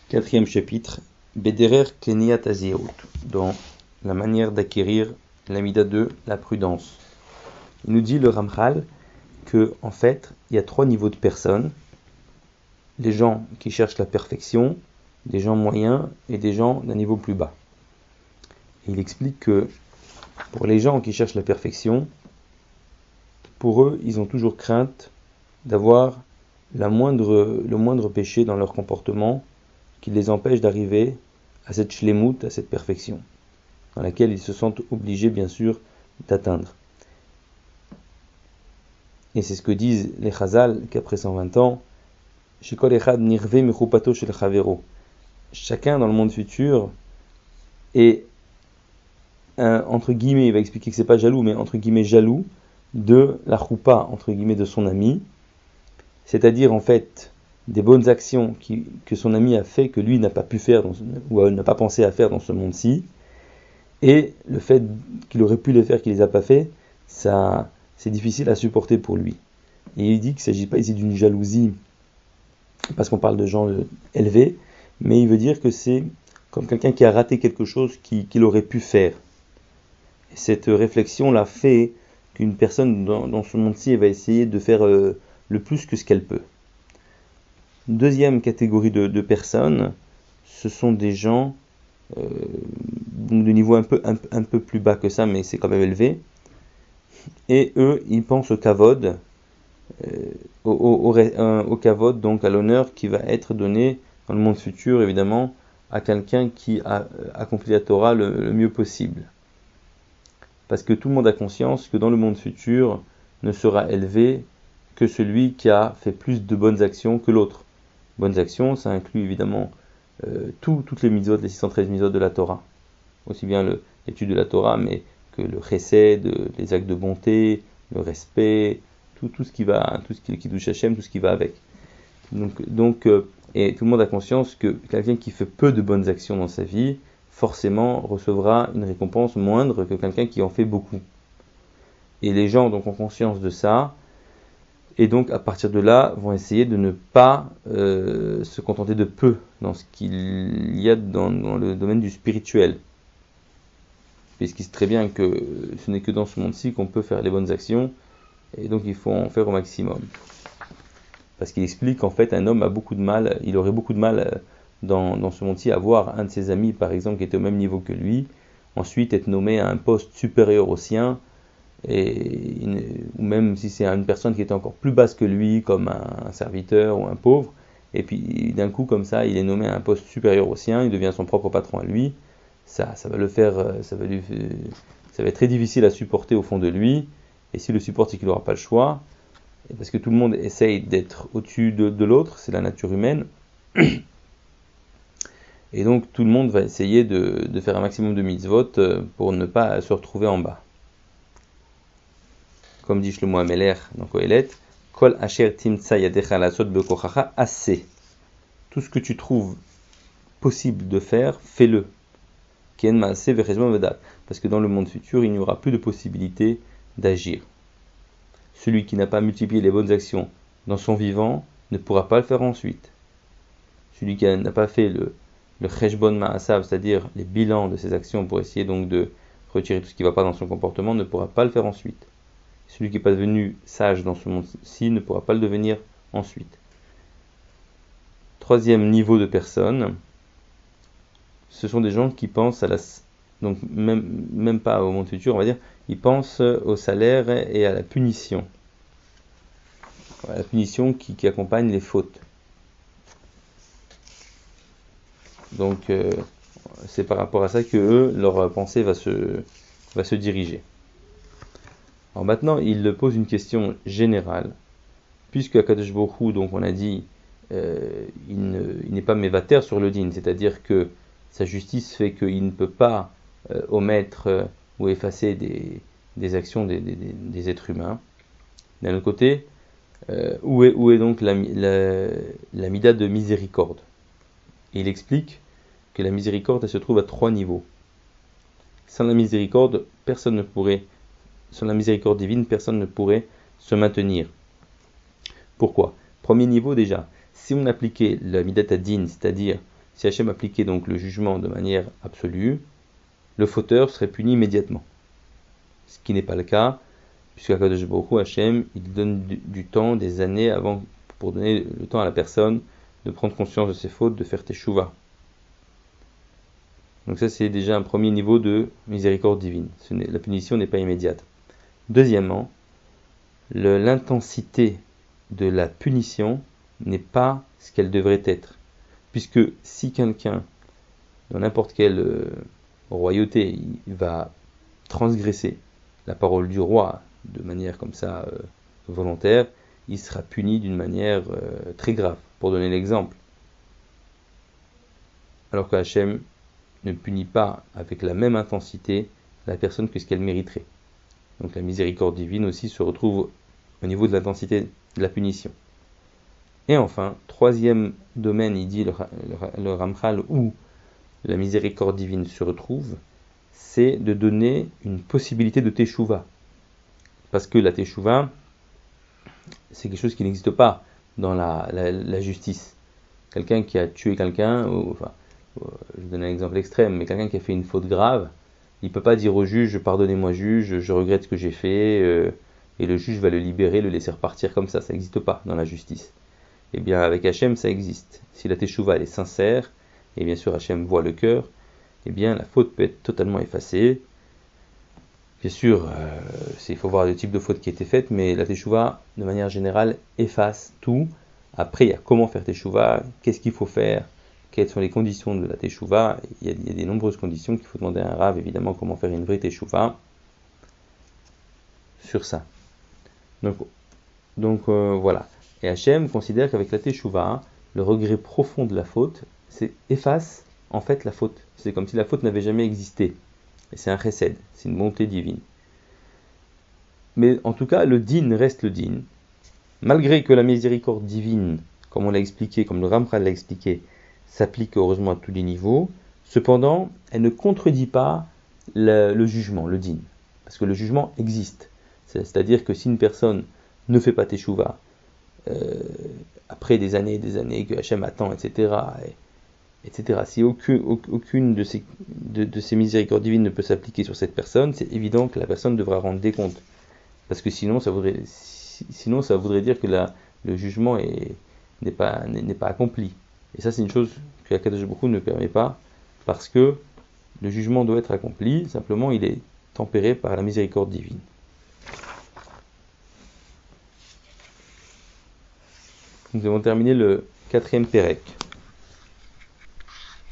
Quatrième chapitre, Bederer Keniyat Azirut, dans la manière d'acquérir l'amida de la prudence. Il nous dit le Ramchal que en fait, il y a 3 niveaux de personnes: les gens qui cherchent la perfection, des gens moyens et des gens d'un niveau plus bas. Et il explique que pour les gens qui cherchent la perfection, pour eux, ils ont toujours crainte d'avoir le moindre péché dans leur comportement qui les empêche d'arriver à cette shlemut, à cette perfection, dans laquelle ils se sentent obligés, bien sûr, d'atteindre. Et c'est ce que disent les Chazal, qu'après 120 ans, Shekol echad nirve mechupato shel chavero. Chacun dans le monde futur est, entre guillemets, il va expliquer que c'est pas jaloux, mais entre guillemets jaloux de la choupa, entre guillemets, de son ami, c'est-à-dire en fait des bonnes actions que son ami a fait, que lui n'a pas pu faire, ou n'a pas pensé à faire dans ce monde-ci, et le fait qu'il aurait pu les faire, qu'il les a pas fait, ça, c'est difficile à supporter pour lui. Et il dit qu'il ne s'agit pas ici d'une jalousie, parce qu'on parle de gens élevés, mais il veut dire que c'est comme quelqu'un qui a raté quelque chose qu'il aurait pu faire. Et cette réflexion-là fait qu'une personne dans ce monde-ci, elle va essayer de faire le plus que ce qu'elle peut. Deuxième catégorie de personnes, ce sont des gens de niveau un peu plus bas que ça, mais c'est quand même élevé. Et eux, ils pensent au kavod, au kavod, donc à l'honneur qui va être donné dans le monde futur, évidemment, à quelqu'un qui a accompli la Torah le mieux possible. Parce que tout le monde a conscience que dans le monde futur ne sera élevé que celui qui a fait plus de bonnes actions que l'autre. Bonnes actions, ça inclut évidemment toutes les mitzvot, les 613 mitzvot de la Torah. Aussi bien l'étude de la Torah, mais que le chesed, les actes de bonté, le respect, tout ce qui touche Hachem, tout ce qui va avec. Donc, et tout le monde a conscience que quelqu'un qui fait peu de bonnes actions dans sa vie, forcément recevra une récompense moindre que quelqu'un qui en fait beaucoup. Et les gens donc ont conscience de ça, et donc à partir de là vont essayer de ne pas se contenter de peu dans ce qu'il y a dans le domaine du spirituel, puisqu'il sait très bien que ce n'est que dans ce monde-ci qu'on peut faire les bonnes actions, et donc il faut en faire au maximum. Parce qu'il explique qu'en fait un homme a beaucoup de mal, il aurait beaucoup de mal dans ce monde-ci à voir un de ses amis par exemple qui était au même niveau que lui, ensuite être nommé à un poste supérieur au sien, ou même si c'est une personne qui était encore plus basse que lui, comme un serviteur ou un pauvre, et puis d'un coup comme ça il est nommé à un poste supérieur au sien, il devient son propre patron à lui, ça va le faire, ça va être très difficile à supporter au fond de lui, et s'il le supporte c'est qu'il n'aura pas le choix, parce que tout le monde essaye d'être au-dessus de l'autre, c'est la nature humaine, et donc tout le monde va essayer de faire un maximum de mitzvot pour ne pas se retrouver en bas. Comme dit Shlomo Ameler dans Kohelet, Kol asher timtsa yadecha lasot bekochacha assez. Tout ce que tu trouves possible de faire, fais-le. Kien maase vecheshbon vedat. Parce que dans le monde futur, il n'y aura plus de possibilité d'agir. Celui qui n'a pas multiplié les bonnes actions dans son vivant ne pourra pas le faire ensuite. Celui qui n'a pas fait le cheshbon maasav, c'est-à-dire les bilans de ses actions pour essayer donc de retirer tout ce qui ne va pas dans son comportement, ne pourra pas le faire ensuite. Celui qui n'est pas devenu sage dans ce monde-ci ne pourra pas le devenir ensuite. Troisième niveau de personnes, ce sont des gens qui pensent donc même pas au monde futur, on va dire, ils pensent au salaire et à la punition. La punition qui accompagne les fautes. Donc c'est par rapport à ça que eux, leur pensée va se diriger. Alors maintenant, il pose une question générale, puisque Akadosh Baruch Hu, donc on a dit, il n'est pas mévater sur le din, c'est-à-dire que sa justice fait qu'il ne peut pas omettre ou effacer des actions des êtres humains. D'un autre côté, où est donc la mida de miséricorde? Et il explique que la miséricorde, elle se trouve à 3 niveaux. Sans la miséricorde divine, personne ne pourrait se maintenir. Pourquoi? Premier niveau déjà, si on appliquait la midat ad-din, c'est-à-dire si Hachem appliquait donc le jugement de manière absolue, le fauteur serait puni immédiatement. Ce qui n'est pas le cas, puisque Akadosh Baruch Hu, Hachem, il donne du temps, des années avant, pour donner le temps à la personne de prendre conscience de ses fautes, de faire teshuva. Donc ça, c'est déjà un premier niveau de miséricorde divine. La punition n'est pas immédiate. Deuxièmement, l'intensité de la punition n'est pas ce qu'elle devrait être. Puisque si quelqu'un, dans n'importe quelle royauté, il va transgresser la parole du roi de manière comme ça volontaire, il sera puni d'une manière très grave, pour donner l'exemple. Alors que Hachem ne punit pas avec la même intensité la personne que ce qu'elle mériterait. Donc la miséricorde divine aussi se retrouve au niveau de l'intensité de la punition. Et enfin, troisième domaine, il dit le Ramchal, où la miséricorde divine se retrouve, c'est de donner une possibilité de teshuva. Parce que la teshuva, c'est quelque chose qui n'existe pas dans la justice. Quelqu'un qui a tué quelqu'un, je donne un exemple extrême, mais quelqu'un qui a fait une faute grave, il ne peut pas dire au juge, pardonnez-moi juge, je regrette ce que j'ai fait, et le juge va le libérer, le laisser repartir comme ça n'existe pas dans la justice. Et bien avec Hachem, ça existe. Si la teshuva elle est sincère, et bien sûr Hachem voit le cœur, et bien la faute peut être totalement effacée. Bien sûr, il faut voir le type de faute qui a été faite, mais la teshuva, de manière générale, efface tout. Après, il y a comment faire teshuva, qu'est-ce qu'il faut faire, quelles sont les conditions de la teshuva. Il y a des nombreuses conditions qu'il faut demander à un rav, évidemment, comment faire une vraie teshuva sur ça. Donc voilà. Et Hachem considère qu'avec la teshuva, le regret profond de la faute, c'est efface en fait la faute. C'est comme si la faute n'avait jamais existé. Et c'est un chesed, c'est une bonté divine. Mais en tout cas, le din reste le din. Malgré que la miséricorde divine, comme on l'a expliqué, comme le Ramchal l'a expliqué, s'applique heureusement à tous les niveaux, cependant, elle ne contredit pas le jugement, le din. Parce que le jugement existe. C'est-à-dire que si une personne ne fait pas teshuva, après des années que Hachem attend, etc., si aucune de ces miséricordes divines ne peut s'appliquer sur cette personne, c'est évident que la personne devra rendre des comptes. Parce que sinon, ça voudrait dire que le jugement n'est pas accompli. Et ça, c'est une chose que Akadosh Baruch Hu ne permet pas, parce que le jugement doit être accompli, simplement il est tempéré par la miséricorde divine. Nous avons terminé le 4e Pérec.